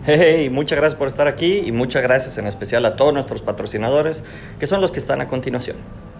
Hey, muchas gracias por estar aquí y muchas gracias en especial a todos nuestros patrocinadores, que son los que están a continuación.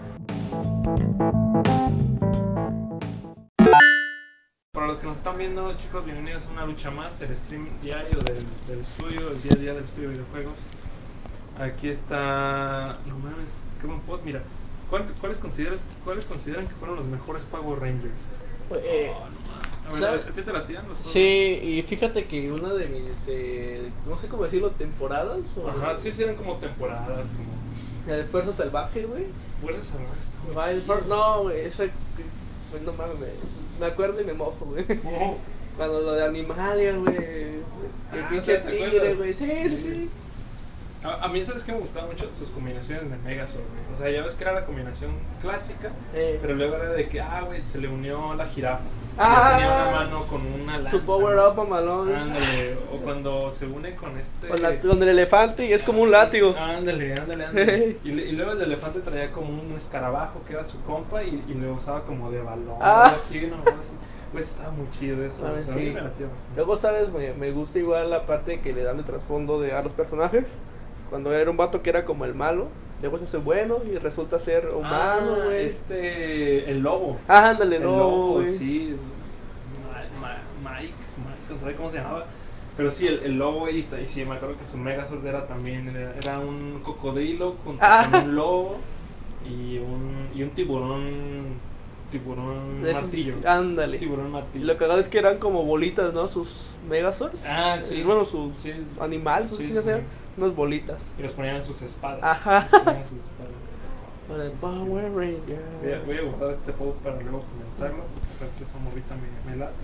Para los que nos están viendo, chicos, bienvenidos a una lucha más, el stream diario del estudio, el día a día del estudio de videojuegos. Aquí está... No mames, qué buen post, mira. ¿Cuáles consideran que fueron los mejores Power Rangers? A ver, ¿a ti te latían los Power Sí, y fíjate que una de mis, no sé cómo decirlo, temporadas. Ajá, sí, eran como temporadas, como... La de Fuerza Salvaje, güey. Fuerzas Salvajes. No, güey, esa. Pues no mames, me acuerdo y me mojo, güey. Cuando lo de Animalia, güey. El pinche ¿te tigre, acuerdas? güey. Sí. A mí, ¿sabes qué me gustaban mucho? Sus combinaciones de Megazord, güey. O sea, ya ves que era la combinación clásica, pero luego era de que, güey, se le unió la jirafa. Ya tenía una mano con una lanza. Su power up a Malone. Ándale, o cuando se une con este... Con el elefante y es como un látigo. Ándale. Y luego el elefante traía como un escarabajo que era su compa y lo usaba como de balón. Así, no, así. Pues estaba muy chido eso. A ver, pero sí. a mí me latía bastante. Luego, ¿sabes? Me gusta igual la parte que le dan de trasfondo a los personajes. Cuando era un vato que era como el malo, luego se hace bueno y resulta ser humano, güey. El lobo. Ándale, El no, lobo, güey. sí. Mike, no sabía cómo se llamaba. Pero sí, el lobo, y sí, me acuerdo que su Megazord era también, era un cocodrilo junto con un lobo y un tiburón De esos- martillo. Ándale. Tiburón Y martillo. lo cagado es que eran como bolitas, ¿no? Sus Megazords. Sí. Bueno, sus Sí. animales, Sí, qué sí. unas bolitas. Y los ponían en sus espadas. Ajá. Los ponían en sus espadas. Para el Power Ranger. Voy a guardar este post para luego comentarlo, porque creo que esa morrita me late.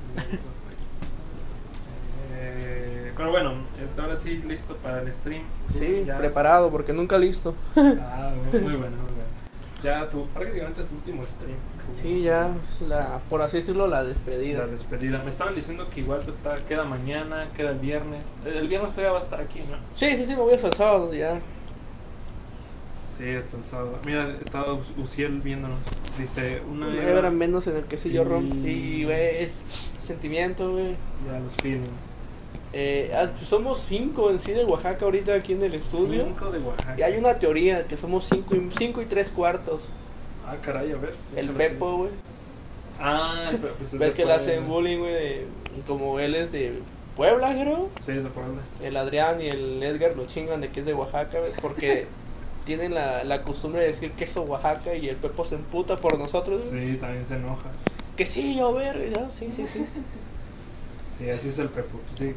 Pero bueno, ahora sí, listo para el stream. Sí, Ya- preparado, porque nunca listo. Muy bueno, muy bueno. Ya prácticamente tu último stream. Sí, ya, es por así decirlo, la despedida. La despedida. Me estaban diciendo que igual pues, queda mañana, queda el viernes. El viernes todavía va a estar aquí, ¿no? Sí, me voy hasta el sábado ya. Sí, hasta el sábado. Mira, estaba Uciel viéndonos. Dice, una Una hebra menos en el quesillo Sí. ron. Sí, güey, es sentimiento, güey. Ya los feelings. Pues somos 5 en sí de Oaxaca ahorita aquí en el estudio. 5 de Oaxaca. Y hay una teoría que somos 5 y 3/4. Caray, a ver. El échale Pepo, güey. El Pepo. Pues Ves ese que le fue- hacen bullying, güey. Como él es de Puebla, creo. Sí, ese fue el- El Adrián y el Edgar lo chingan de que es de Oaxaca, güey. Porque tienen la costumbre de decir queso Oaxaca y el Pepo se emputa por nosotros. Güey. Sí, también se enoja. Que sí, yo ver, ¿no? Sí. Sí, así es el Pepo. Sí.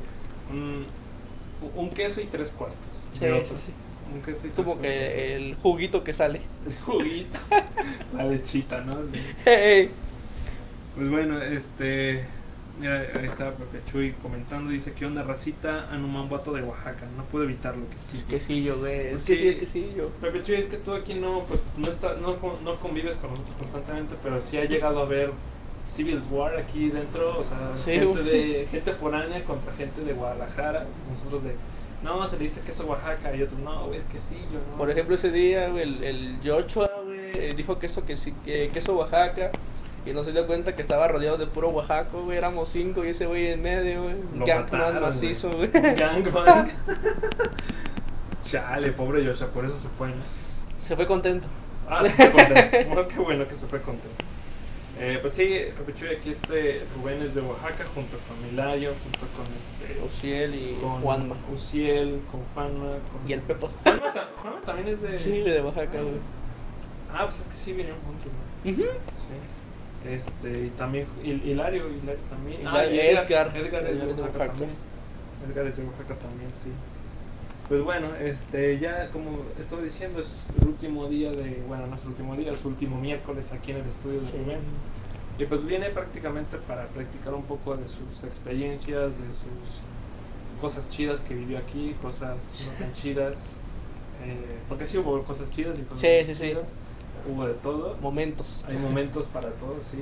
Un queso y 3/4. Sí, de otro. sí. Un queso y Como 3/4. que el juguito que sale. El juguito. La lechita, ¿no? Hey. Pues bueno, mira, ahí está Pepe Chuy comentando. Dice: ¿Qué onda, racita? Anumambato de Oaxaca. No puedo evitarlo que sí. Es quesillo, güey. Pues Es que sí. sí, es quesillo. Pepe Chuy, es que tú aquí no convives con nosotros constantemente, pero sí ha llegado a ver Civil War aquí dentro, o sea, Sí, gente foránea contra gente de Guadalajara. Nosotros no, se le dice queso Oaxaca, y otros, no, güey, es quesillo, ¿no? Por ejemplo, ese día, güey, el Yochoa, güey, dijo queso Oaxaca. Y no se dio cuenta que estaba rodeado de puro oaxaco, güey. Éramos 5 y ese güey en medio, güey. Lo Gankman mataron, macizo, güey. Gangbang. Chale, pobre Yoshua, por eso se fue, ¿no? Se fue contento. Se fue contento. Bueno, qué bueno que se fue contento. Pues sí, Pepe Chuy, aquí Rubén es de Oaxaca, junto con Milayo, junto con Ociel y con Juanma. Uciel, con Juanma. Y el Pepo. Juanma también es de... Sí, de Oaxaca, güey. Pues es que sí vinieron juntos, ¿no? Ujú. Sí. Y también Hilario también. Y Edgar es Edgar de es de Oaxaca Oaxaca. también. Edgar es de Oaxaca también, sí. Pues bueno, ya como estaba diciendo, es el último día no es el último día, es el último miércoles aquí en el estudio de Rubén. Y pues viene prácticamente para practicar un poco de sus experiencias, de sus cosas chidas que vivió aquí, cosas no tan chidas. Porque sí hubo cosas chidas y cosas Sí, no sí, sí. chidas. Hubo de todo. Momentos. Hay momentos para todo, sí.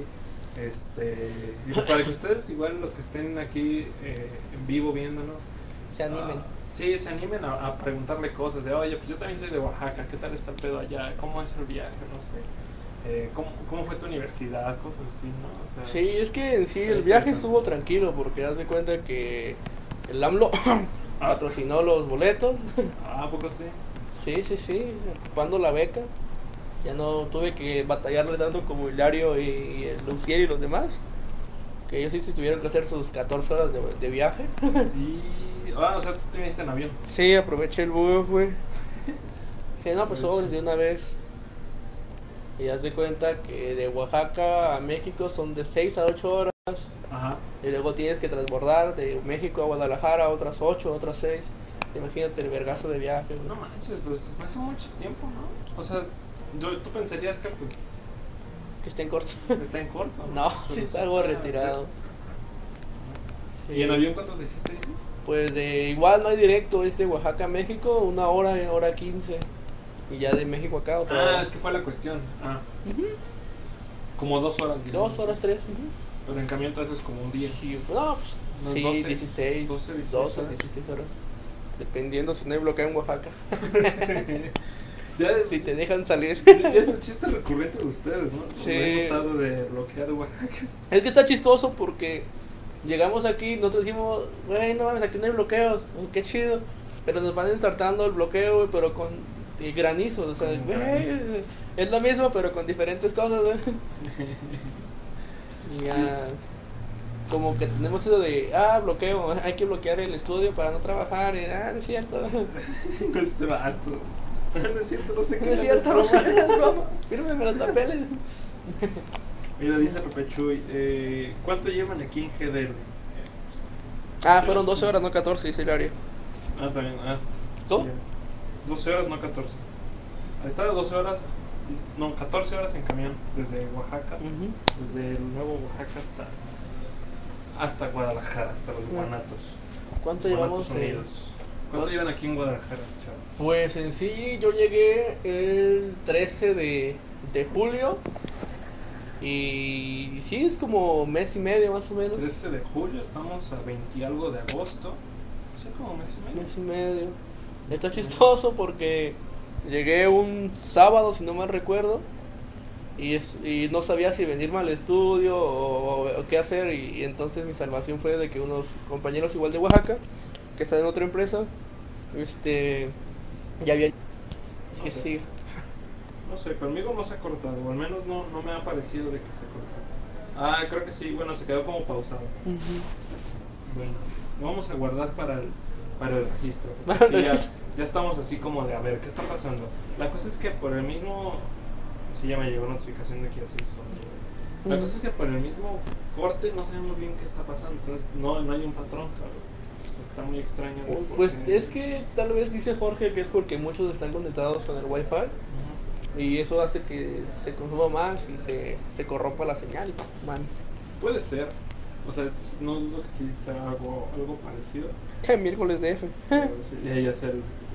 Y pues para que ustedes, igual los que estén aquí en vivo viéndonos, Se animen. sí, se animen a preguntarle cosas de, oye, pues yo también soy de Oaxaca, ¿qué tal está el pedo allá? ¿Cómo es el viaje? No sé. ¿Cómo fue tu universidad? Cosas así, ¿no? O sea, Sí, es que en sí el viaje estuvo tranquilo porque haz de cuenta que el AMLO patrocinó los boletos. ¿A poco sí? Sí, ocupando la beca. Ya no tuve que batallarle tanto como Hilario y el Lucier y los demás. Que ellos sí tuvieron que hacer sus 14 horas de viaje. O sea, tú te viniste en avión. Sí, aproveché el bus, güey. Que no, pues sobres de una vez. Y haz de cuenta que de Oaxaca a México son de 6 a 8 horas. Ajá. Y luego tienes que transbordar de México a Guadalajara otras 8, otras 6. Imagínate el vergazo de viaje, güey. No manches, pues hace mucho tiempo, ¿no? O sea, tú pensarías que pues Que esté en corto. está en corto. No, Pero sí, está algo retirado. Sí. ¿Y en avión cuánto te hiciste, dices? Pues de igual no hay directo, es de Oaxaca a México, 1 hora, 1 hora 15. Y ya de México acá otra hora. Es que fue la cuestión. Ujú. Como 2 horas. 2 horas, 3. Pero en camión entonces es como un día. Sí, no, pues Unas sí, 12, 16, 12, horas. 16 horas. Dependiendo si no hay bloqueo en Oaxaca. Ya, Si te dejan salir. ya es un chiste recurrente de ustedes, ¿no? Sí. Lo he notado de bloquear Oaxaca. Es que está chistoso porque llegamos aquí, nosotros dijimos, güey, no mames, aquí no hay bloqueos, qué chido. Pero nos van ensartando el bloqueo, güey, pero con granizos, o sea, Con güey, granizo. es lo mismo, pero con diferentes cosas, güey. Y ya, como que tenemos eso de, bloqueo, hay que bloquear el estudio para no trabajar, y no es cierto. No este vato. No es cierto, no sé qué. No es cierto, no sé, es broma, fírmeme los papeles. Mira, dice Pepe Chuy, ¿cuánto llevan aquí en GDL? Fueron 12 horas, no 14, dice Hilario. También, ¿Tú? Sí. 12 horas, no 14. Estaba 12 horas, no, 14 horas en camión desde Oaxaca, desde el nuevo Oaxaca hasta Guadalajara, hasta los Guanatos. ¿Cuánto Guanatos llevamos? Unidos. ¿Cuánto llevan aquí en Guadalajara, chavos? Pues en sí yo llegué el 13 de julio y sí, es como mes y medio más o menos. 13 de julio, estamos a 20 y algo de agosto. Sí, como mes y medio. Mes y medio. Está chistoso porque llegué un sábado, si no mal recuerdo, y no sabía si venirme al estudio o qué hacer, y entonces mi salvación fue de que unos compañeros igual de Oaxaca, que están en otra empresa, ya había... Es que sí. No sé, conmigo no se ha cortado, o al menos no me ha parecido de que se cortó. Creo que sí, bueno, se quedó como pausado. Bueno, lo vamos a guardar para el registro. Sí, ya estamos así como de a ver qué está pasando. La cosa es que por el mismo... Sí, ya me llegó notificación de que ya se hizo. La cosa es que por el mismo corte no sabemos bien qué está pasando. Entonces no hay un patrón, ¿sabes? Está muy extraño. Pues es que tal vez dice Jorge que es porque muchos están conectados con el Wi-Fi. Y eso hace que se consuma más y se corrompa la señal, man. Puede ser. O sea, no dudo que sí sea algo parecido. Miércoles de F. Pero sí, ya sé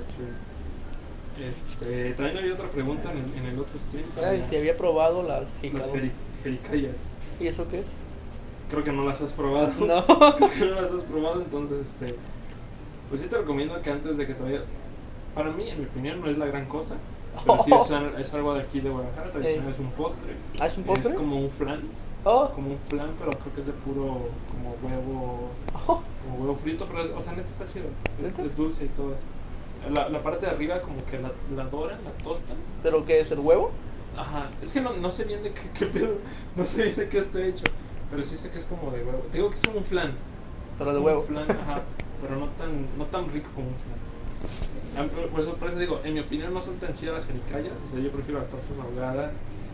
también había otra pregunta en el otro stream. Ay, si había probado las Las jicados. jericayas. ¿Y eso qué es? Creo que no las has probado. No. Creo que no las has probado, entonces pues sí te recomiendo que antes de que te vayas. Para mí, en mi opinión, no es la gran cosa. Pero sí es algo de aquí de Guadalajara. Tradicional, es un postre. ¿Es un postre? Es como un flan. Oh. Como un flan, pero creo que es de puro como huevo. Oh. Como huevo frito, pero o sea, neta está chido. ¿Neta? Es dulce y todo eso. La parte de arriba como que la doran, la tostan. ¿Pero qué es el huevo? Ajá, es que no sé bien de qué pedo, no sé bien de qué está hecho, pero sí sé que es como de huevo. Te digo que es como un flan. Pero es de como huevo. Un flan, ajá, pero no tan rico como un flan. Por eso digo, en mi opinión no son tan chidas las jericayas, o sea, yo prefiero las tortas ahogadas,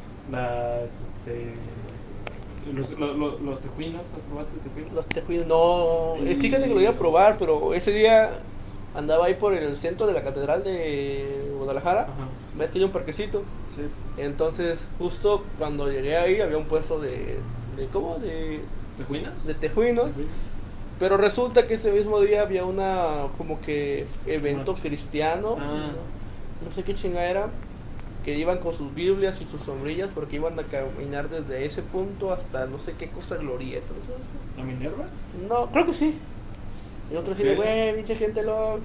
los tejuinos. ¿Has probaste el tejuino? Los tejuinos, no. Fíjate que lo iba a probar, pero ese día andaba ahí por el centro de la catedral de Guadalajara. Ajá. Ves que hay un parquecito. Sí. Entonces, justo cuando llegué ahí, había un puesto de ¿cómo? ¿Tejuinas? De tejuinos. Pero resulta que ese mismo día había una como que evento cristiano. No sé qué chinga era. Que iban con sus Biblias y sus sombrillas porque iban a caminar desde ese punto hasta no sé qué cosa glorieta. ¿No sabes? ¿La Minerva? No, creo que sí. Y otro así de, güey, pinche gente loca.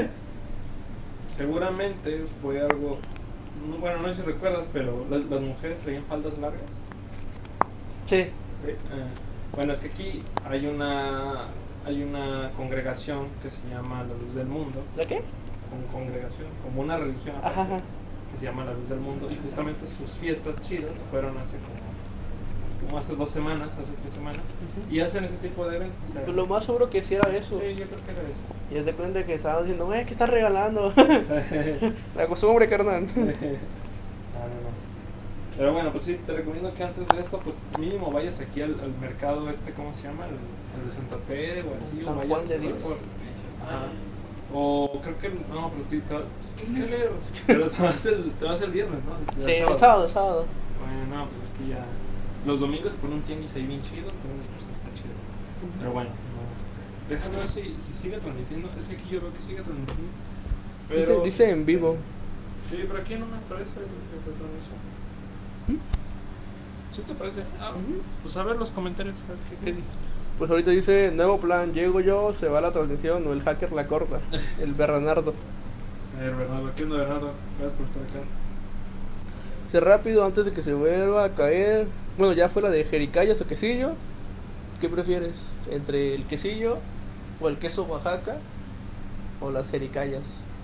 Seguramente fue algo. Bueno, no sé si recuerdas, pero las mujeres traían faldas largas. Sí. Sí. Bueno, es que aquí hay una hay una congregación que se llama La Luz del Mundo. ¿La qué? Congregación, como una religión Ajá, ajá. que se llama La Luz del Mundo, y justamente sus fiestas chidas fueron como hace 2 semanas, hace 3 semanas, y hacen ese tipo de eventos. O sea, Pues lo más seguro que sí era eso. sí, yo creo que era eso. Y es de cuenta que estaban diciendo, ¿qué estás regalando? La costumbre, carnal. No. Pero bueno, pues sí, te recomiendo que antes de esto, pues mínimo vayas aquí al mercado ¿cómo se llama? El de Santa Tere o así. San o vayas Juan de Dios. Ajá. O creo que, no, pero te vas el viernes, ¿no? Sí, el sábado. Bueno, no, pues es que ya los domingos por un tianguis ahí bien chido, entonces pues está chido. Pero bueno, no, déjame ver si sigue transmitiendo. Es que aquí yo veo que sigue transmitiendo. Pero, Dice en vivo. Sí, pero aquí no me aparece el transmisión. ¿Sí te parece? Pues a ver los comentarios, a ver qué dice. Pues ahorita dice, nuevo plan, llego yo, se va la transmisión o el hacker la corta. El Bernardo. A ver, Bernardo, ¿qué onda, Bernardo? Gracias por estar acá. Dice rápido antes de que se vuelva a caer. Bueno, ya fue la de jericayas o quesillo. ¿Qué prefieres? ¿Entre el quesillo o el queso Oaxaca o las jericayas?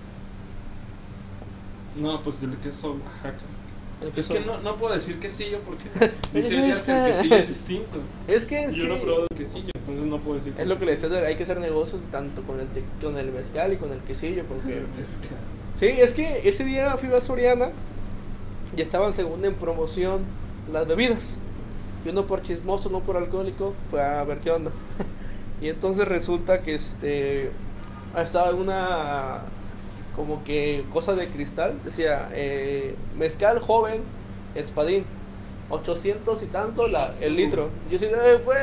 No, pues el queso Oaxaca. El Es queso... que no puedo decir quesillo porque dice que el quesillo es distinto. Es que Yo sí. no he probado el quesillo, entonces no puedo decir. Es lo que le decía, hay que hacer negocios tanto con el mezcal y con el quesillo porque... Es que... Sí, es que ese día fui a Soriana y estaban según en promoción las bebidas. Y uno por chismoso, no por alcohólico, fue a ver qué onda. Y entonces resulta que estaba una como que cosa de cristal, decía mezcal joven, espadín, 800 y tanto el litro. Yo decía,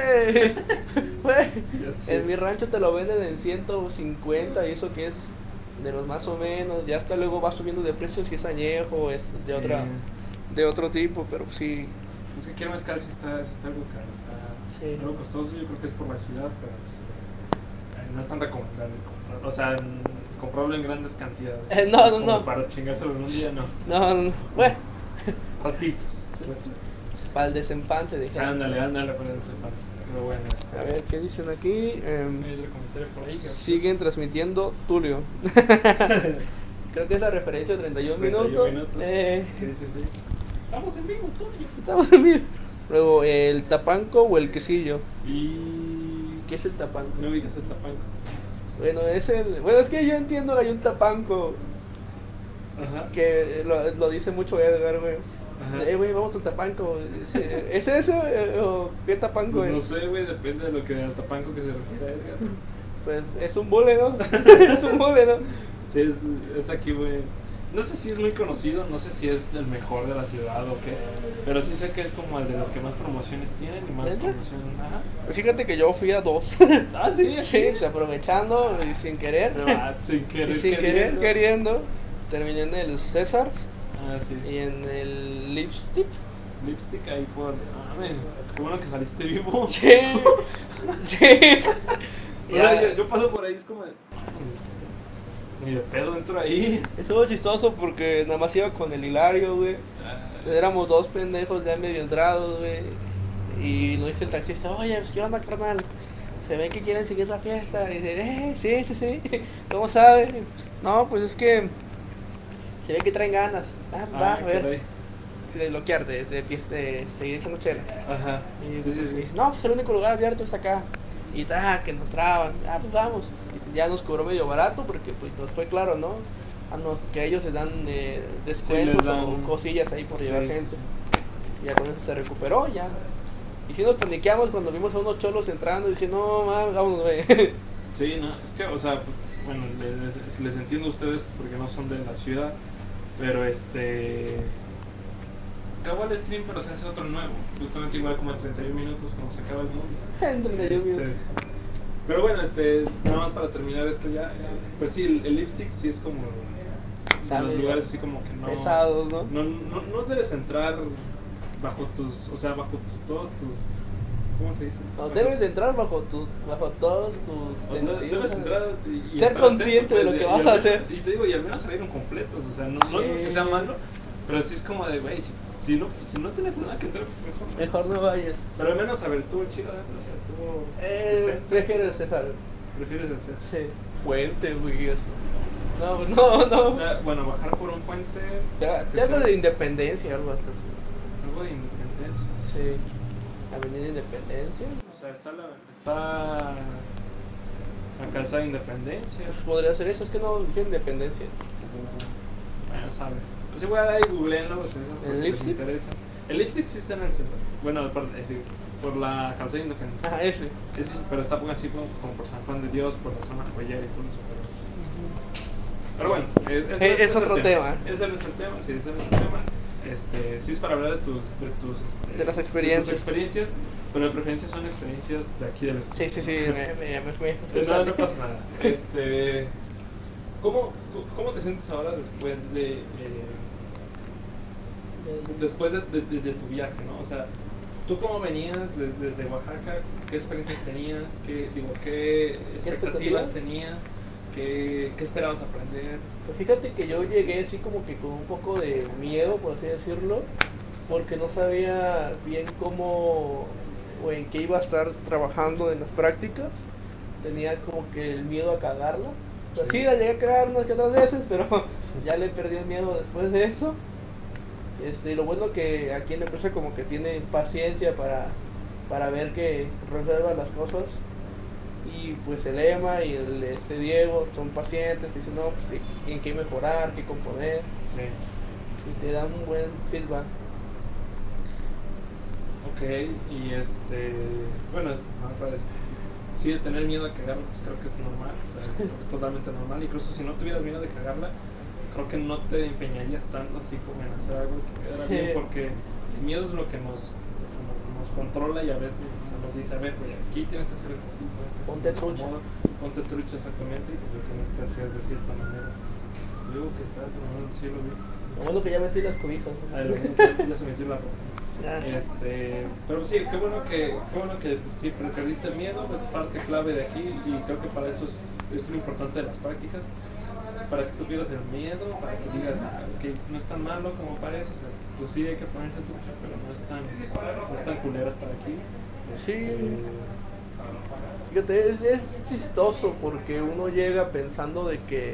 güey, en mi rancho te lo venden en 150 y eso que es de los más o menos, ya hasta luego va subiendo de precio si es añejo, es de otro tipo, pero sí. Es que quiero mezcal si está algo caro, está algo costoso, yo creo que es por la ciudad, pero no es tan recomendable comprarlo, o sea, comprarlo en grandes cantidades. No. Para chingárselo en un día, no. No. Bueno. Ratitos. Para el desempance, dije. Ándale, para el desempance. Pero bueno. A ver, ¿qué dicen aquí? Hay otro comentario por ahí. Siguen transmitiendo Tulio. Creo que es la referencia de 31 minutos. Sí. Estamos en vivo, Tulio. Estamos en vivo. Luego, ¿el tapanco o el quesillo? ¿Y ¿Qué es el tapanco? no ubicas el tapanco? Bueno, es que yo entiendo que hay un tapanco. Ajá. Que lo dice mucho Edgar, güey. Ajá. Güey, vamos al tapanco. ¿Es eso o qué tapanco Pues es? no sé, güey, depende de lo que al tapanco que se refiere, Edgar. Pues es un bule, ¿no? Es un bule, ¿no? Sí, es aquí, güey. No sé si es muy conocido, no sé si es el mejor de la ciudad o qué, pero sí sé que es como el de los que más promociones tienen y más ¿Neta? promoción. Ajá. Fíjate que yo fui a 2. Ah, sí. Sí, pues aprovechando y sin querer. Sin querer. Y sin querer, queriendo. Terminé en el César's Ah, sí. y en el Lipstick. Lipstick ahí por. Mames, qué bueno que saliste vivo. Sí. Sí. O sea, yo paso por ahí, es como de. Ni de pedo entro ahí. Estuvo chistoso porque nada más iba con el Hilario, güey. Éramos 2 pendejos ya medio entrados, güey. Y nos dice el taxista, oye, pues qué onda, carnal. Se ve que quieren seguir la fiesta. Y dice, sí. ¿Cómo sabe? No, pues es que se ve que traen ganas. Va, a ver. Sí, de bloquear, de fiesta, de seguir echando chela. Ajá. Y Sí. dice, no, pues el único lugar abierto es acá. Y que nos traban. Pues vamos. Y ya nos cobró medio barato porque pues nos fue claro, ¿no? Que ellos les dan descuentos o cosillas ahí por llevar gente. Y ya con eso se recuperó, ya. Y si nos paniqueamos cuando vimos a unos cholos entrando y dije, no, man, vámonos, güey. Sí, no, es que, o sea, pues, bueno, les entiendo a ustedes porque no son de la ciudad, pero acabó el stream, pero se hace otro nuevo, justamente igual como en 31 minutos cuando se acaba el mundo. En 31 minutos. Pero bueno, nada más para terminar esto ya, pues sí, el Lipstick sí es como de los lugares así como que no... Pesados, ¿no? No debes entrar bajo todos tus... ¿Cómo se dice? No, debes de entrar bajo todos tus o sea, debes entrar y ser estar consciente atento, de pues, lo que vas a hacer. Y te digo, y al menos salieron completos, o sea, no es que sea malo, pero sí es como de, güey, si si no tienes nada que entrar, Mejor no vayas. Pero al menos, a ver, estuvo chido, o sea, estuvo decente. Prefiero el César. ¿Prefieres el César? Sí. Puente, güey, eso. No, pues no. Bueno, bajar por un puente. Te hablo de Independencia, algo así. Algo de Independencia. Sí. Avenida Independencia. O sea, está la calzada de Independencia. Pues podría ser eso, es que no dije Independencia. Bueno, sabe. Pues igual ahí googleenlo, pues, ¿El si les lipstick? interesa. El lipstick sí está en el César. Bueno, por la calzada de Independencia. Ajá, ese. Pero está así como por San Juan de Dios, por la zona joyera y todo eso. Pero bueno, Es otro tema. Ese no es el tema, sí, ese no es el tema. Sí es para hablar de de las experiencias. de tus experiencias, pero de preferencia son experiencias de aquí del estudio. Sí, me fui. No pasa nada. ¿Cómo te sientes ahora después de tu viaje, no? O sea, ¿tú cómo venías desde Oaxaca? ¿Qué experiencias tenías? ¿Qué expectativas tenías? ¿Qué esperabas aprender? Pues fíjate que yo llegué así como que con un poco de miedo, por así decirlo, porque no sabía bien cómo o en qué iba a estar trabajando en las prácticas. Tenía como que el miedo a cagarla. O sea, sí, la llegué a cagar unas que otras veces, pero ya le perdí el miedo después de eso. Y lo bueno que aquí en la empresa como que tiene paciencia para ver que resuelvan las cosas. Y pues el Emma y el Diego son pacientes, dicen no, pues sí, en qué mejorar, qué componer. Sí. Y te dan un buen feedback. Ok, y bueno, más para decir, sí, de tener miedo a cagarla, pues creo que es normal, o sea, creo que es totalmente normal. Incluso si no tuvieras miedo de cagarla, creo que no te empeñarías tanto así como en hacer algo que quedara bien, porque el miedo es lo que nos controla y a veces nos dice, a ver, güey, aquí tienes que hacer esto así, tienes que hacer Ponte trucha. Ponte trucha, exactamente, y pues lo tienes que hacer de cierta manera. Luego que está tomando el cielo, güey. Lo bueno que ya metí las cobijas. Ya se metió la ropa. Ah. Pero sí, qué bueno que pues, sí, perdiste el miedo, es parte clave de aquí y creo que para eso es lo importante de las prácticas, para que tú pierdas el miedo, para que digas que no es tan malo como parece, o sea, pues sí hay que ponerse trucha, pero no es tan culera estar aquí. Sí. Fíjate, es chistoso porque uno llega pensando de que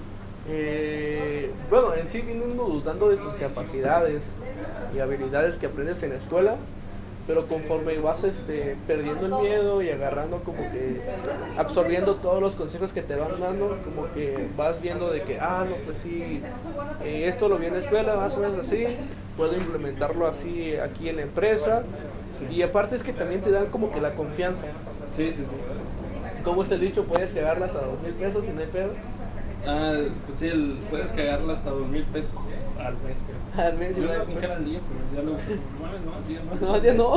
bueno, en sí vienen dudando de sus capacidades y habilidades que aprendes en la escuela, pero conforme vas perdiendo el miedo y agarrando como que absorbiendo todos los consejos que te van dando, como que vas viendo de que no, pues sí, esto lo vi en la escuela, más o menos así, puedo implementarlo así aquí en la empresa. Sí. Y aparte es que también te dan como que la confianza. Sí. Como es el dicho, puedes cagarla hasta 2,000 pesos y no hay pedo. Pues sí, puedes cagarla hasta 2,000 pesos al mes, creo. Al mes, yo no me al día, pero ya lo. No, al día no.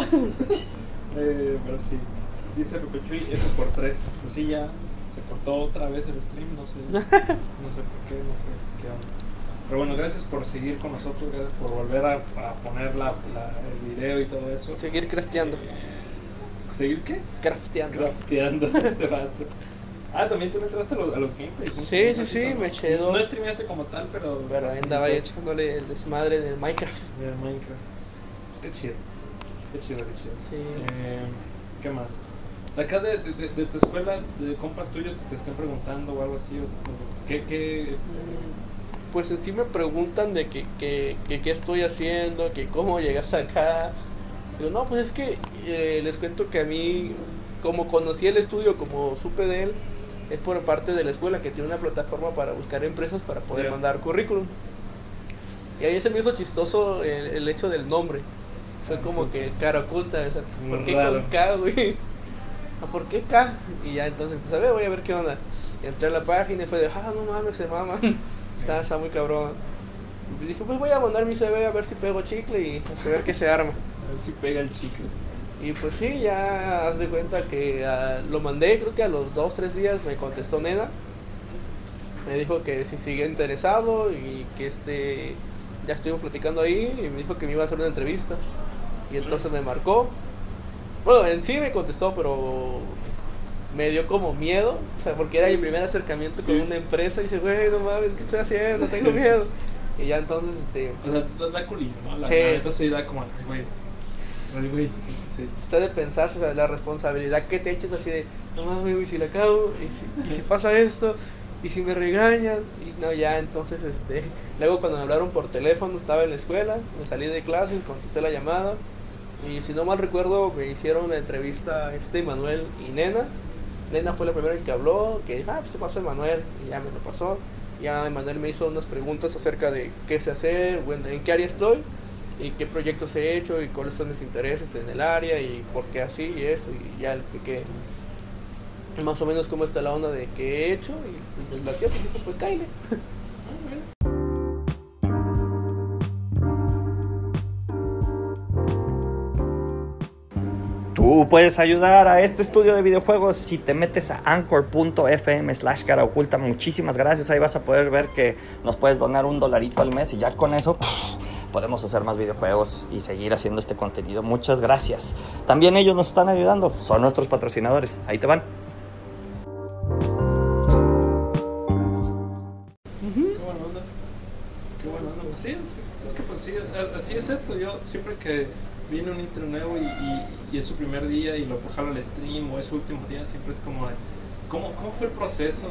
Pero sí. Dice Pepechuy, eso por 3. Pues sí, ya se cortó otra vez el stream, no sé por qué, no sé qué onda. Pero bueno, gracias por seguir con nosotros, gracias por volver a poner el video y todo eso. Seguir crafteando. ¿Seguir qué? Crafteando este vato. También tú le entraste a los gameplays. Sí, me eché 2. No streameaste como tal, pero andaba ahí echándole el desmadre del Minecraft. Qué chido. Sí. ¿Qué más? De acá de tu escuela, de compas tuyos que te estén preguntando o algo así, ¿qué Pues en sí me preguntan de qué estoy haciendo, que cómo llegas acá. Digo, no, pues es que les cuento que a mí, como conocí el estudio, como supe de él, es por parte de la escuela que tiene una plataforma para buscar empresas para poder mandar currículum. Y ahí se me hizo chistoso el hecho del nombre. Fue como que cara oculta, o sea, ¿por qué con K, güey? ¿Por qué K? Y ya entonces, pues a ver, voy a ver qué onda. Y entré a la página y fue de, no mames, se maman. Está muy cabrón. Y dije, pues voy a mandar mi CV a ver si pego chicle y a ver qué se arma. A ver si pega el chicle. Y pues sí, ya haz de cuenta que lo mandé, creo que a los 2-3 días me contestó Nena. Me dijo que si sigue interesado y que ya estuvimos platicando ahí y me dijo que me iba a hacer una entrevista. Y entonces me marcó. Bueno, en sí me contestó, pero me dio como miedo, o sea, porque era mi primer acercamiento con una empresa y dice, güey, no mames, ¿qué estoy haciendo? Tengo miedo. Y ya entonces, O sea, da culillo, ¿no? Sí, eso sí da como, güey, sí. está de pensarse, o sea, la responsabilidad que te eches así de, no mames, güey, si la cago, y si pasa esto, y si me regañan, y no, ya, entonces, luego cuando me hablaron por teléfono, estaba en la escuela, me salí de clases, contesté la llamada, y si no mal recuerdo, me hicieron una entrevista, Manuel y Nena. Nena fue la primera que habló, que dijo, pues te pasó Emanuel, y ya me lo pasó. Ya Emanuel me hizo unas preguntas acerca de qué sé hacer, bueno, en qué área estoy, y qué proyectos he hecho, y cuáles son mis intereses en el área, y por qué así, y eso, y ya le expliqué más o menos cómo está la onda de qué he hecho, y pues la tía pues dijo, pues cáile. Tú puedes ayudar a este estudio de videojuegos si te metes a anchor.fm/caraoculta. Muchísimas gracias. Ahí vas a poder ver que nos puedes donar $1 al mes y ya con eso podemos hacer más videojuegos y seguir haciendo este contenido. Muchas gracias. También ellos nos están ayudando. Son nuestros patrocinadores. Ahí te van. Qué buena onda. Qué buena onda. Pues sí, es que pues sí, así es esto. Yo siempre que viene un intro nuevo y es su primer día y lo jalo al stream o es su último día, siempre es como de, ¿cómo fue el proceso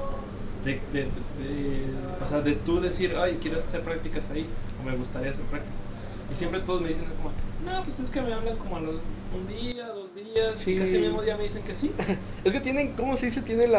o sea, de tú decir, ay, quiero hacer prácticas ahí, o me gustaría hacer prácticas? Y siempre todos me dicen como, no, pues es que me hablan como a un día, 2 días, Sí. y casi el mismo día me dicen que sí. Es que tienen, ¿cómo se dice? Tiene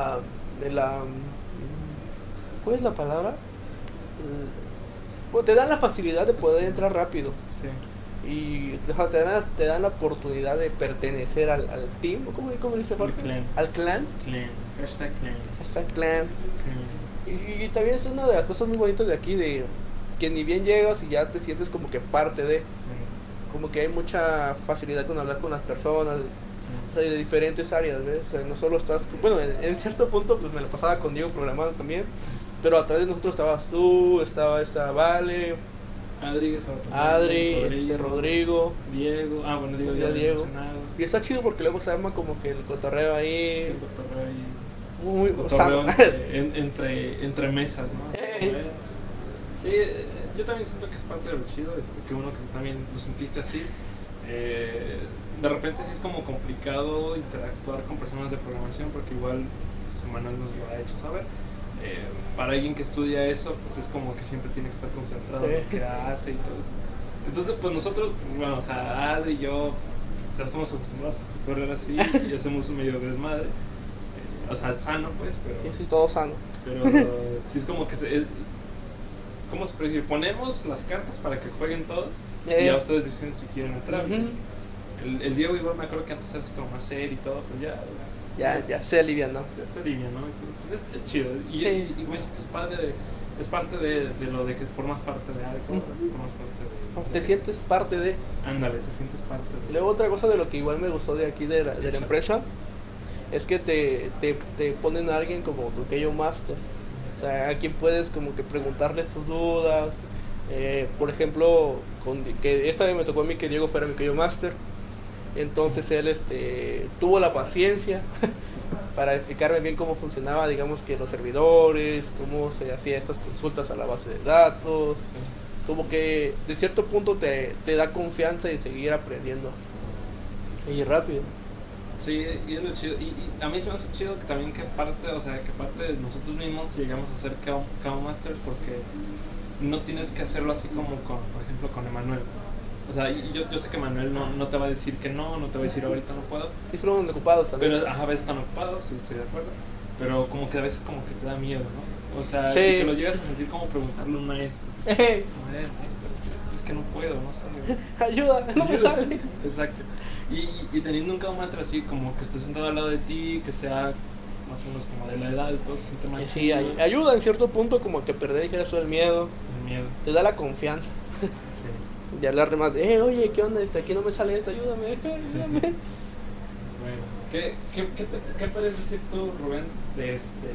¿cuál es la palabra? Bueno, te dan la facilidad de poder entrar rápido. Sí. Y o sea, te dan la oportunidad de pertenecer al team, ¿o cómo dice Jorge? Clan. Al clan. Hashtag clan. Hashtag clan. Y también es una de las cosas muy bonitas de aquí, de que ni bien llegas y ya te sientes como que parte de, Sí. como que hay mucha facilidad con hablar con las personas, o sea, de diferentes áreas, ¿ves? O sea, no solo estás, bueno, en cierto punto pues me lo pasaba con Diego programando también, pero atrás de nosotros estabas tú, estaba esta Vale, Adri, Rodrigo, Diego, bueno, Diego ya Diego. mencionado. Y está chido porque luego se arma como que el cotorreo Sí, ahí, el cotorreo ahí. muy Cotorreo sano. entre mesas, ¿no? Sí, yo también siento que es parte de lo chido, que uno que tú también lo sentiste así. De repente sí es como complicado interactuar con personas de programación porque igual Semanal nos lo ha hecho saber. Para alguien que estudia eso, pues es como que siempre tiene que estar concentrado en lo que hace y todo eso. Entonces, pues nosotros, bueno, o sea, Adri y yo ya estamos acostumbrados a correr así y hacemos un medio desmadre. O sea, sano, pues, pero... Sí, todo sano. Pero sí es como que ¿cómo se puede decir? Ponemos las cartas para que jueguen todos y ya ustedes deciden si quieren entrar. El Diego igual me acuerdo que antes era así como más serio y todo, pero ya se alivianó. ya se alivia, ¿no? Entonces es chido. Y, Sí. y como dices, es parte de lo de que formas parte de algo, formas parte de... Te sientes parte de. Ándale, te sientes parte de... Luego otra cosa de lo que igual me gustó de aquí de la empresa es que te ponen a alguien como tu Keio Master. O sea, a quien puedes como que preguntarles tus dudas. Por ejemplo, que esta vez me tocó a mí que Diego fuera mi Keio Master. Entonces él tuvo la paciencia para explicarme bien cómo funcionaba, digamos que los servidores, cómo se hacía estas consultas a la base de datos. Como que de cierto punto te da confianza de seguir aprendiendo. Y rápido. Sí, y es lo chido. Y a mí se me hace chido que también que parte de nosotros mismos llegamos a ser KO Masters porque no tienes que hacerlo así como por ejemplo, con Emanuel. O sea, yo sé que Manuel no te va a decir que no te va a decir ahorita no puedo. Es que luego andan ocupados también. Pero a veces están ocupados, sí, estoy de acuerdo. Pero como que a veces como que te da miedo, ¿no? O sea, Sí. y que lo llegas a sentir como preguntarle a un maestro. Hey, Como, maestro, es que no puedo, no sé. ayuda, no me sale. Exacto. Y teniendo un cabo maestro así, como que esté sentado al lado de ti, que sea más o menos como de la edad, todo se siente más Sí, chido. ayuda en cierto punto como que perder eso del miedo. El miedo, Te da la confianza sí. de hablarle más de, oye, ¿qué onda? Aquí no me sale esto, ayúdame, ayúdame. Bueno, ¿qué puedes decir tú, Rubén, de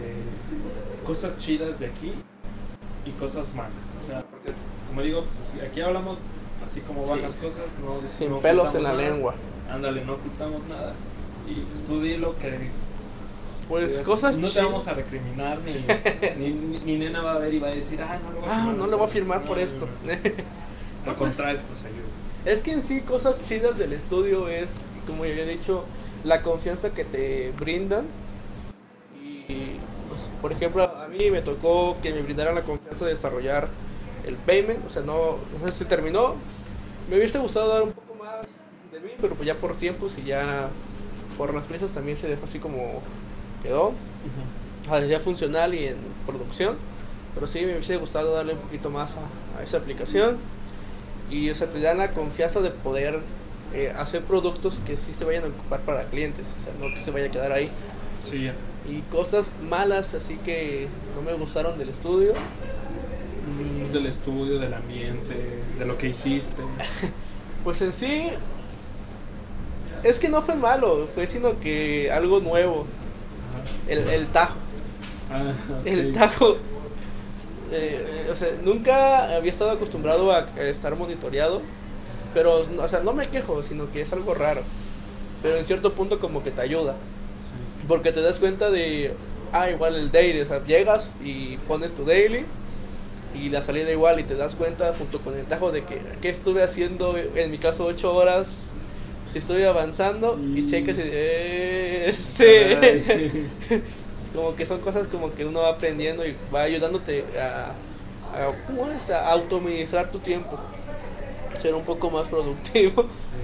cosas chidas de aquí y cosas malas? O sea, porque como digo, pues así, aquí hablamos así como van Sí. las cosas, no, Sin no pelos ocultamos en la nada. lengua. Ándale, no ocultamos nada. Y tú di lo que Pues cosas no te vamos a recriminar, ni Nena va a ver y va a decir, no le voy a firmar por esto. Al contrario, pues ayuda. Es que en sí, cosas chidas del estudio es, como ya he dicho, la confianza que te brindan. Y, pues, por ejemplo, a mí me tocó que me brindaran la confianza de desarrollar el payment. O sea, no sé si terminó. Me hubiese gustado dar un poco más de mí, pero pues ya por tiempos y ya por las prisas también se dejó así como quedó. Ya funcional y en producción. Pero sí me hubiese gustado darle un poquito más a esa aplicación. Y o sea, te dan la confianza de poder hacer productos que sí se vayan a ocupar para clientes. O sea, no que se vaya a quedar ahí. Sí, ya. Y cosas malas así que no me gustaron del estudio. Del estudio, del ambiente, de lo que hiciste. Pues en sí es que no fue malo, fue sino que algo nuevo. El tajo. Okay. El tajo. O sea, nunca había estado acostumbrado a estar monitoreado. Pero, o sea, no me quejo, sino que es algo raro. Pero en cierto punto como que te ayuda. Sí. Porque te das cuenta de, igual el daily, o sea, llegas y pones tu daily y la salida igual y te das cuenta junto con el tajo de que estuve haciendo, en mi caso 8 horas, si estoy avanzando y checas y sí. Como que son cosas como que uno va aprendiendo y va ayudándote ¿cómo es? A autoministrar tu tiempo, ser un poco más productivo.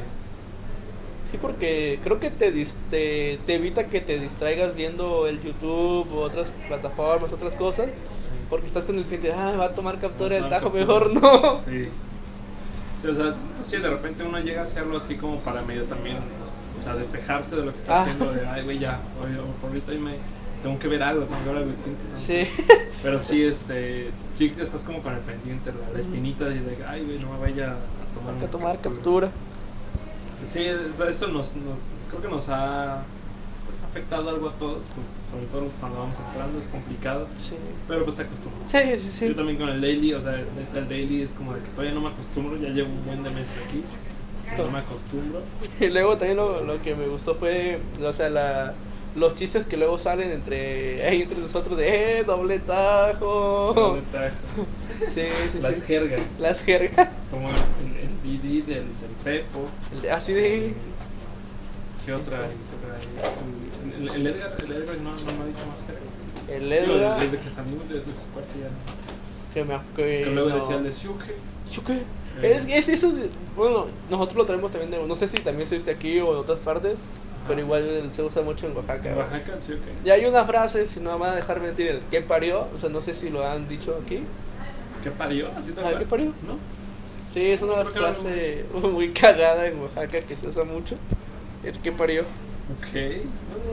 Sí, porque creo que te evita que te distraigas viendo el YouTube o otras plataformas, otras cosas. Sí. Porque estás con el fin de, va a tomar captura del tajo, captura. mejor no. Sí. Sí, o sea, sí, de repente uno llega a hacerlo así como para medio también, o sea, despejarse de lo que está haciendo, de, güey, ya, ahorita tengo que ver algo, tengo que ver algo distinto. ¿No? Sí. Pero sí, sí estás como con el pendiente, la espinita de, güey, no me vaya a tomar captura. Sí, eso creo que nos ha afectado algo a todos, pues sobre todo cuando vamos entrando es complicado, Sí. pero pues te acostumbras. Sí. Yo también con el daily, o sea, el daily es como de que todavía no me acostumbro, ya llevo un buen de meses aquí, no me acostumbro. Y luego también lo que me gustó fue, o sea, los chistes que luego salen entre nosotros de doble tajo. Doble tajo. Sí. Las jergas. Las jergas. Como el BD del Pepo. Así de... ¿Qué otra hay? El Edgar no me ha dicho más jergas. El Edgar... Desde que salimos de su cuarto ya. Que luego no. decía el de Siuke. ¿Siuke? Es eso, bueno, nosotros lo traemos también no sé si también se dice aquí o en otras partes, pero igual se usa mucho en Oaxaca. En Oaxaca, sí, ok. Y hay una frase, si no me van a dejar mentir, el ¿qué parió? O sea, no sé si lo han dicho aquí. ¿Qué parió? ¿Así te ¿Qué parió? ¿No? Sí, es una frase muy cagada en Oaxaca que se usa mucho. El ¿qué parió? Ok.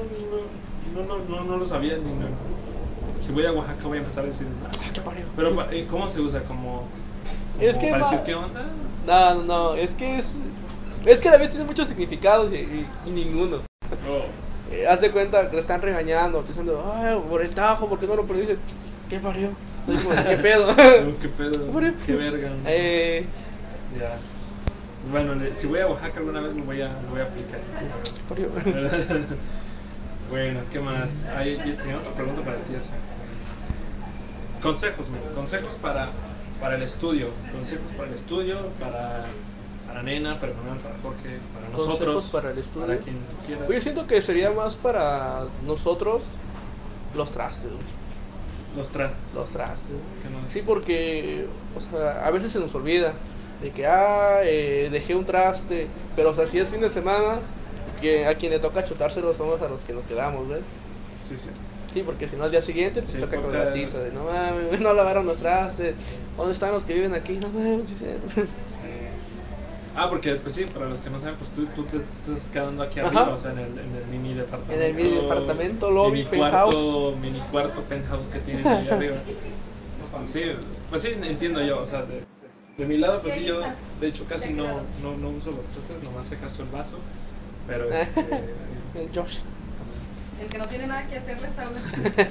No lo sabía ni no. Si voy a Oaxaca voy a empezar a decir ¿Qué parió? Pero ¿cómo se usa? ¿Como es que para decir qué onda? No, es que a la vez tiene muchos significados y ninguno. Haz de cuenta que le están regañando, te diciendo, por el tajo, ¿por qué no lo dice? ¿Qué parió? ¿Qué pedo? ¿Qué pedo? ¿Qué verga? Ya. Bueno, si voy a Oaxaca alguna vez lo voy a aplicar. ¿Qué parió? Bueno, ¿qué más? Yo tenía otra pregunta para ti. Consejos para el estudio. Consejos para el estudio, para Nena, para Manuel, para Jorge, para nosotros. Consejos para el estudio. Para quien tú quieras. Yo siento que sería más para nosotros los trastes. Los trastes. Sí, porque o sea, a veces se nos olvida de que dejé un traste, pero o sea, si es fin de semana, que a quien le toca chutárselo somos a los que nos quedamos, ¿ves? Sí. Sí, porque si no al día siguiente te toca con la la tiza de no mames, no lavaron los trastes, ¿dónde están los que viven aquí? No mames, sí. Porque pues sí, para los que no saben, pues tú te estás quedando aquí arriba, o sea, en el mini departamento. En el mini departamento, lobby, penthouse. Mini cuarto, penthouse que tienen ahí arriba. Sí, pues sí, entiendo yo, o sea, de mi lado, pues sí, yo de hecho casi no uso los trastes, nomás se caso el vaso, pero el Josh. El que no tiene nada que hacer les habla.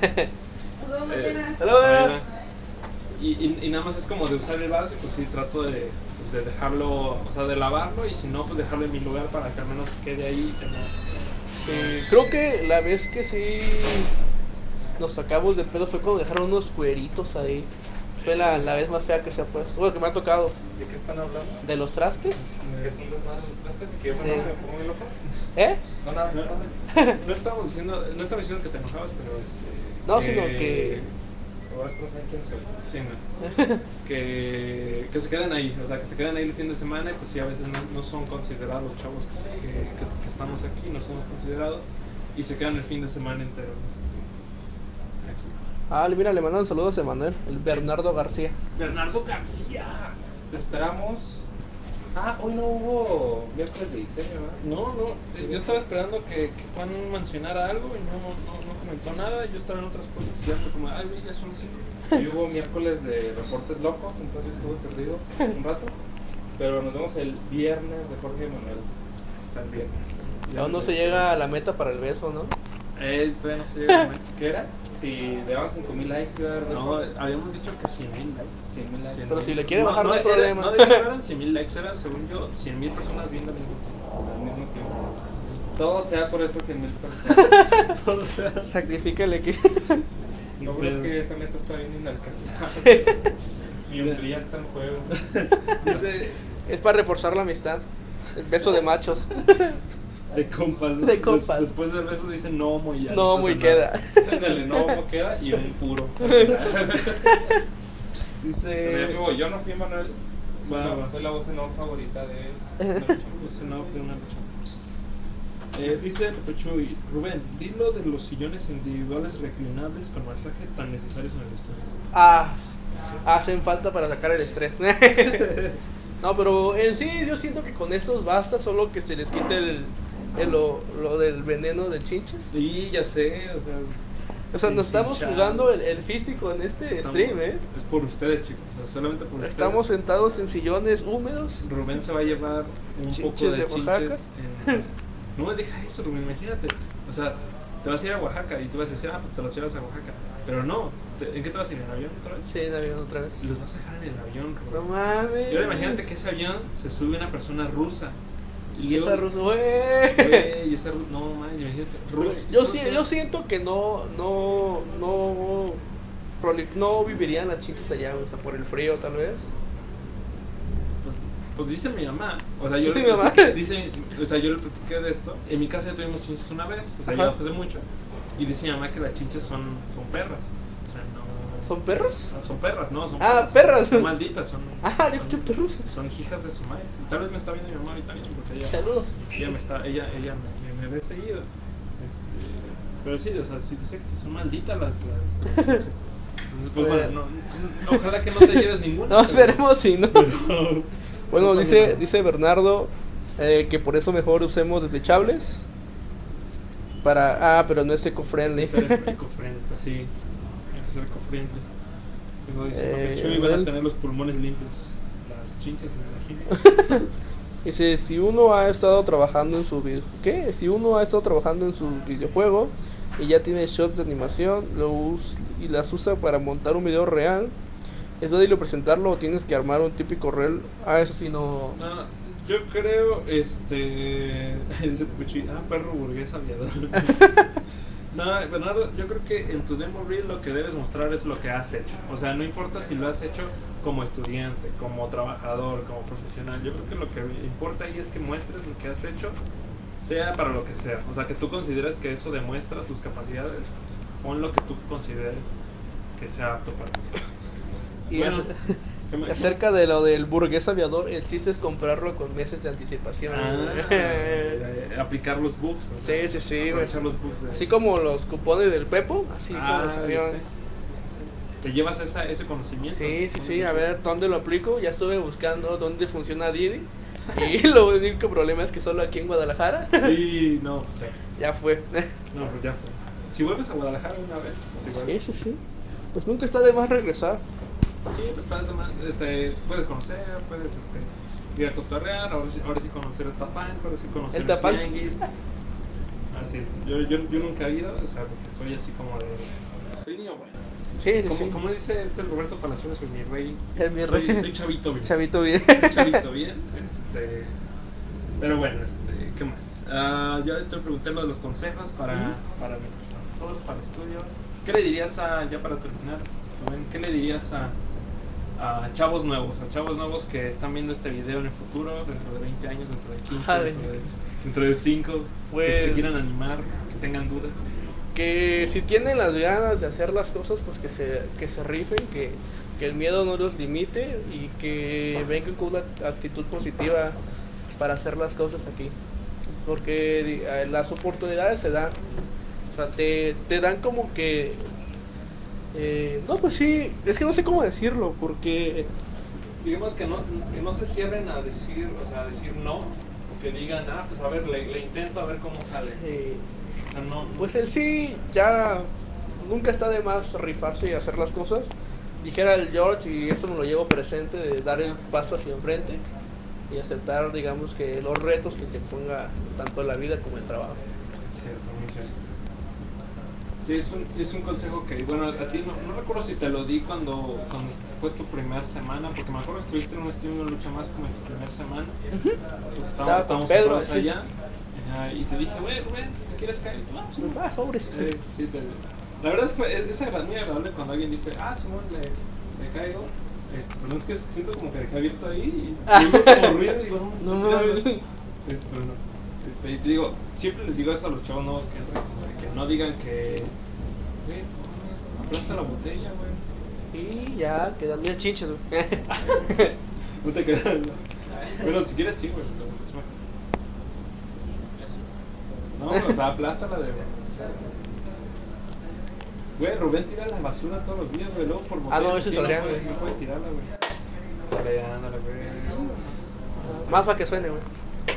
Y nada más es como de usar el vaso y pues sí, trato de dejarlo, o sea, de lavarlo y si no, pues dejarlo en mi lugar para que al menos quede ahí, Sí, creo que la vez que sí nos sacamos de pedo fue cuando dejaron unos cueritos ahí. Fue la vez más fea que se ha puesto. Bueno, que me ha tocado. ¿De qué están hablando? ¿De los trastes? ¿Que son desmadres los trastes y que yo Sí. me pongo muy loco? ¿Eh? No, nada, no estamos diciendo que te enojabas, pero No, sino que... O vas a saber quién soy. Sí, no. que se quedan ahí, o sea, que se quedan ahí el fin de semana y pues sí, a veces no son considerados chavos que estamos aquí, no somos considerados y se quedan el fin de semana entero. Aquí. Ah, mira, le mandan saludos a Emanuel, el Bernardo García. Bernardo García. Te esperamos. Hoy no hubo miércoles de diseño, ¿verdad? No, yo estaba esperando que Juan mencionara algo y no comentó nada. Yo estaba en otras cosas y ya fue como, ay, ya son las 5. Y hubo miércoles de reportes locos, entonces estuve perdido un rato. Pero nos vemos el viernes de Jorge y Manuel. Está el viernes. Aún no se llega a la meta para el beso, ¿no? Todavía no se llega a la meta. ¿Qué era? Si le daban 5,000 likes, iba a haber beso. No, habíamos dicho que 100,000 likes. 100,000 likes. Pero si le quiere bajar, no hay problema. No, de hecho eran 100,000 likes, era según yo 100,000 personas viendo al mismo tiempo. Todo sea por esas 100,000 personas. Todo sea. Sacrifícale que... No, pero es que esa meta está bien inalcanzable. Mi hombría está en juego. Dice, Es para reforzar la amistad. El beso de machos. de compas. De compas. Después del beso dicen no homo y ya. No, muy queda. Ándale, no homo queda y un puro. Dice, yo no fui Manuel. Bueno, soy la voz en off favorita de él. Voz en off de una lucha. Dice Pechuy, Rubén, dilo de los sillones individuales reclinables con masaje tan necesarios en el estudio. Hacen falta para sacar el estrés. No, pero en sí yo siento que con estos basta, solo que se les quite lo del veneno de chinches. Sí, ya sé, O sea, nos estamos Chinchado. jugando el físico en este stream, ¿eh? Es por ustedes, chicos, o sea, solamente por Estamos ustedes. sentados en sillones húmedos. Rubén se va a llevar un Chinches poco de de Oaxaca. chinches no me deja eso, Rubén, imagínate. O sea, te vas a ir a Oaxaca y tú vas a decir, pues te los llevas a Oaxaca. Pero no, ¿en qué te vas a ir? ¿En avión otra vez? Sí, en avión otra vez. Y los vas a dejar en el avión, Rubén. No mames. Y ahora imagínate que ese avión se sube una persona rusa. Y esa luego- rusa, güey. Y esa no, man, imagínate. Yo siento que no vivirían las chinches allá, o sea, por el frío tal vez. Pues dice mi mamá, o sea, yo ¿Dice le mi mamá? platiqué, yo le platiqué de esto. En mi casa ya tuvimos chinches una vez, o sea, Ajá. ya fue hace mucho. Y dice mi mamá que las chinches son perras. O sea, no. ¿Son perros? Son perras, no, son perras. Son malditas, son. Dijo que perros. Son hijas de su madre. Y tal vez me está viendo mi mamá ahorita mismo porque ella. Saludos. Ella me ve seguido. Pero sí, o sea, sí dice que sí son malditas las chinches. Entonces, pues bueno, ojalá que no te lleves ninguna. No, esperemos si no. Pero- Bueno, Yo dice también. Bernardo que por eso mejor usemos desechables. Pero no es eco-friendly. Hay que ser eco-friendly, pues sí, hay que ser eco-friendly. Como dice Papechuy, van a Manuel. tener los pulmones limpios. Las chinches, me imagino. Dice, si uno ha estado trabajando en su Si uno ha estado trabajando en su videojuego y ya tiene shots de animación y las usa para montar un video real, ¿es válido presentarlo o tienes que armar un típico reel? Eso sí no... No, yo creo, dice Papechuy, perro burgués aviador. No, Bernardo, yo creo que en tu demo reel lo que debes mostrar es lo que has hecho. O sea, no importa si lo has hecho como estudiante, como trabajador, como profesional. Yo creo que lo que importa ahí es que muestres lo que has hecho, sea para lo que sea. O sea, que tú consideres que eso demuestra tus capacidades. Pon lo que tú consideres que sea apto para ti. Y Bueno, ¿qué más? acerca de lo del burgués aviador, el chiste es comprarlo con meses de anticipación. Aplicar los bugs. ¿no? Sí, güey. Aprovechar los bugs de- Así como los cupones del Pepo, así como los sí, aviones. sí. ¿Te llevas ese conocimiento? Sí, a ver dónde lo aplico. Ya estuve buscando dónde funciona Didi. Y lo único problema es que solo aquí en Guadalajara. Y no, pues ya. Ya fue. No, pues ya fue. Si vuelves a Guadalajara una vez, pues igual. Sí. Pues nunca está de más regresar. Sí, pues estás de más, puedes conocer, puedes ir a cotorrear, ahora sí conocer el Tapanco, ahora sí conocer El Tapanco. Tianguis. Así, yo nunca he ido, o sea, porque soy así como de... Soy niño bueno. Sí. Como dice Roberto Palacios, soy mi rey. El mi rey. Soy chavito bien. Chavito bien. Soy chavito bien. Pero bueno, ¿qué más? Ya te pregunté lo de los consejos para nosotros, para el estudio. ¿Qué le dirías ya para terminar, Rubén, qué le dirías a chavos nuevos que están viendo este video en el futuro, dentro de 20 años, dentro de 15, dentro de 5, Pues, que se quieran animar, que tengan dudas? que si tienen las ganas de hacer las cosas, pues que se rifen, que el miedo no los limite y que vengan con una actitud positiva para hacer las cosas aquí. Porque las oportunidades se dan, o sea, te dan como que... no, pues sí, es que no sé cómo decirlo, porque... Digamos que no se cierren a decir, o sea, a decir no, que digan, pues a ver, le intento a ver cómo sale. Sí. O sea, no, Pues el sí, ya nunca está de más rifarse y hacer las cosas. Dijera el George, y eso me lo llevo presente, de dar el paso hacia enfrente y aceptar, digamos, que los retos que te ponga tanto la vida como el trabajo. Cierto, muy cierto. Sí, es un consejo que, bueno, a ti no recuerdo si te lo di cuando fue tu primera semana, porque me acuerdo que estuviste en un stream de Lucha Más como en tu primera semana. Estaba con Estábamos Pedro, separados allá. Y te dije, güey, Rubén, ¿quieres caer? Y tú, sí. Pues sobres. Sí, la verdad es que es muy agradable cuando alguien dice, Simón, le caigo. Pero es que siento como que dejé abierto ahí y digo como ruido y digo, No, pero no. Y te digo, siempre les digo eso a los chavos nuevos que entran, que no digan que, güey, aplasta la botella, güey. Y ya quedan bien chinches, güey. No te creas, no. Bueno, si quieres sí, güey. No, o sea, aplástala de... Güey, Rubén tira la basura todos los días, güey, luego por botella. No, ese es Adrián, güey. No puede tirarla, güey. Ándale, güey. Más para que suene, güey.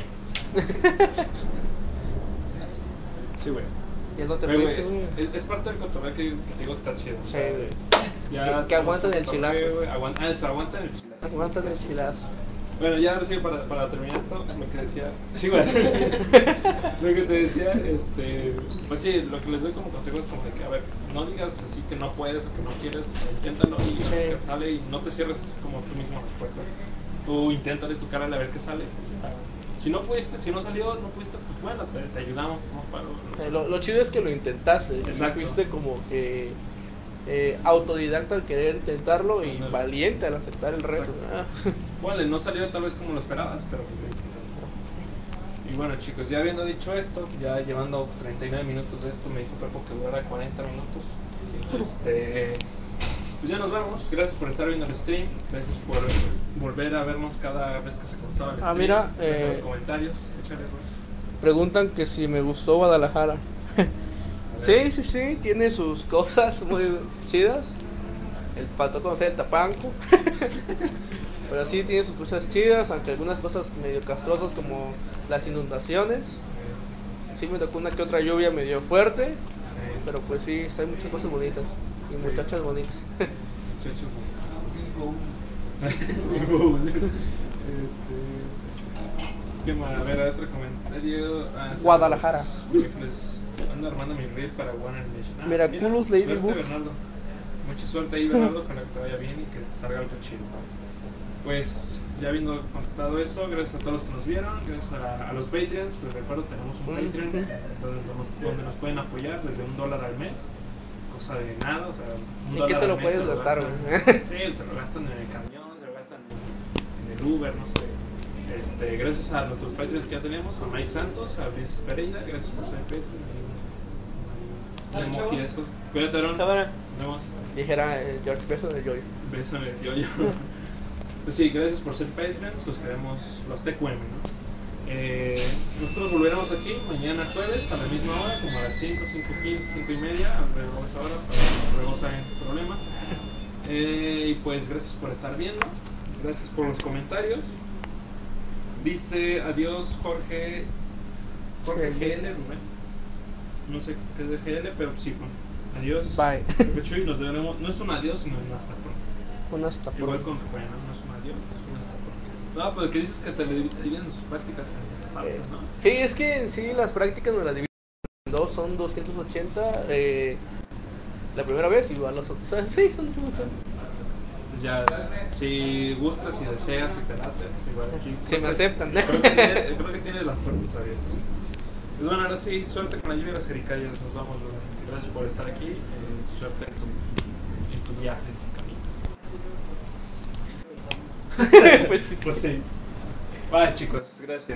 Sí, güey. Ya no te Güey, fuiste, güey. es parte del cotorreo que te digo que está chido. Sí, güey. Ya Que aguanten el chilazo. Eso, aguantan el chilazo. Aguantan el chilazo. Bueno, ya ahora sí, para terminar esto, lo que decía... Sí, güey. Lo que te decía, pues sí, lo que les doy como consejo es como de que, a ver, no digas así que no puedes o que no quieres, inténtalo y que sale y no te cierres así como tú mismo a respuesta. Tú inténtale tu cara a ver qué sale. Si no pudiste, si no salió, no pudiste, pues bueno, te ayudamos, somos paro. Lo chido es que lo intentaste. Exacto. Fuiste como que autodidacta al querer intentarlo y valiente al aceptar el reto. Bueno, no salió tal vez como lo esperabas, pero pues lo intentaste. Y bueno, chicos, ya habiendo dicho esto, ya llevando 39 minutos de esto, me dijo Pepo que durara 40 minutos. Pues ya nos vamos. Gracias por estar viendo el stream. Gracias por volver a vernos cada vez que se cortaba el stream. Mira, en los comentarios. Échale, güey. Preguntan que si me gustó Guadalajara. Sí, tiene sus cosas muy chidas. El faltó conocer el Tapanco. Pero sí tiene sus cosas chidas, aunque algunas cosas medio castrosas como las inundaciones. Sí me tocó una que otra lluvia medio fuerte, pero pues sí, hay muchas cosas bonitas y muchachas bonitas. ¿Qué más? A ver, otro comentario. Guadalajara. Ando armando mi reel para One Nation. Miraculous Ladybug. Mucha suerte ahí, Bernardo, ojalá que te vaya bien y que salga algo chido. Pues ya habiendo contestado eso, gracias a todos los que nos vieron, gracias a los Patreons. Les recuerdo, tenemos un Patreon donde nos pueden apoyar desde $1 al mes, cosa de nada, o sea, $1 ¿En qué te lo al mes puedes gastar, güey? Sí, se lo gastan en el camión, se lo gastan en el Uber, no sé. Gracias a nuestros Patreons que ya tenemos, a Mike Santos, a Luis Pereira, gracias por ser Patreon. Cuídate, Aaron. Nos vemos. Dijera el George, beso de Joy. Beso en el yo. Pues sí, gracias por ser Patreons, los queremos, los TQM, ¿no? Nosotros volveremos aquí mañana jueves a la misma hora, como a las 5, 5:15, 5:30, alrededor de esa hora, para luego saben problemas. Y pues gracias por estar viendo, gracias por los comentarios. Dice adiós Jorge GL, Rubén. No sé qué es de GL, pero sí, bueno. Adiós. Bye. Y nos veremos. No es un adiós, sino un hasta pronto. Un hasta pronto. Igual con Rubén, ¿no? No es un adiós, es un hasta pronto. No, pero que dices que te dividen sus prácticas en partes, ¿no? Sí, es que en sí las prácticas me las dividen en dos, son 280 la primera vez, igual los otros. Sí, son 280. ya, si gustas, si deseas, si te late, pues igual aquí. Se me aceptan. Creo que tienes las puertas abiertas. Pues bueno, ahora sí, suerte con la lluvia y las jericayas. Nos vamos, Rubén. Gracias por estar aquí. Suerte en tu viaje, en tu camino. Pues sí. Pues sí. Bye, chicos. Gracias.